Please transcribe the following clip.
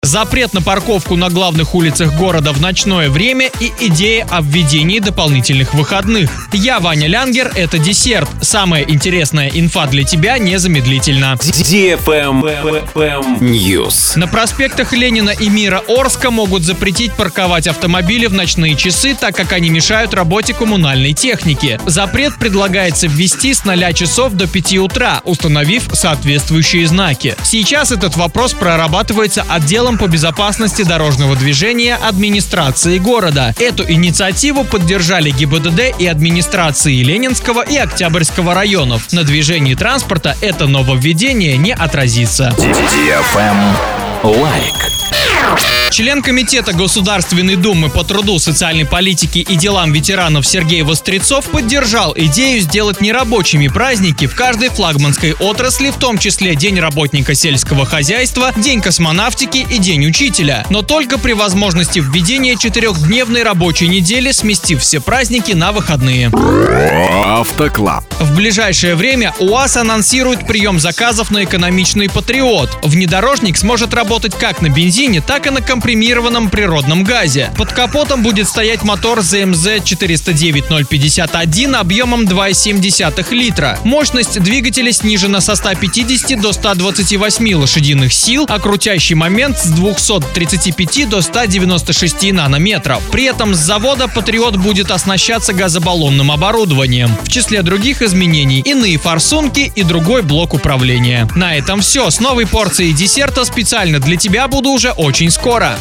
Запрет на парковку на главных улицах города в ночное время и идея о введении дополнительных выходных. Я Ваня Лянгер, это десерт. Самая интересная инфа для тебя незамедлительно. News. На проспектах Ленина и Мира Орска могут запретить парковать автомобили в ночные часы, так как они мешают работе коммунальной техники. Запрет предлагается ввести с 0 часов до 5 утра, установив соответствующие знаки. Сейчас этот вопрос прорабатывается отделом по безопасности дорожного движения администрации города. Эту инициативу поддержали ГИБДД и администрации Ленинского и Октябрьского районов. На движении транспорта это нововведение не отразится. Лайк. Член Комитета Государственной Думы по труду, социальной политике и делам ветеранов Сергей Вострецов поддержал идею сделать нерабочими праздники в каждой флагманской отрасли, в том числе День работника сельского хозяйства, День космонавтики и День учителя. Но только при возможности введения 4-дневной рабочей недели, сместив все праздники на выходные. Автоклаб. В ближайшее время УАЗ анонсирует прием заказов на экономичный Патриот. Внедорожник сможет работать как на бензине, так и на компримированном природном газе. Под капотом будет стоять мотор ZMZ 409-051 объемом 2,7 литра. Мощность двигателя снижена со 150 до 128 лошадиных сил, а крутящий момент с 235 до 196 нанометров. При этом с завода Патриот будет оснащаться газобаллонным оборудованием. В числе других изменений иные форсунки и другой блок управления. На этом все. С новой порцией десерта специально для тебя буду уже очень скоро.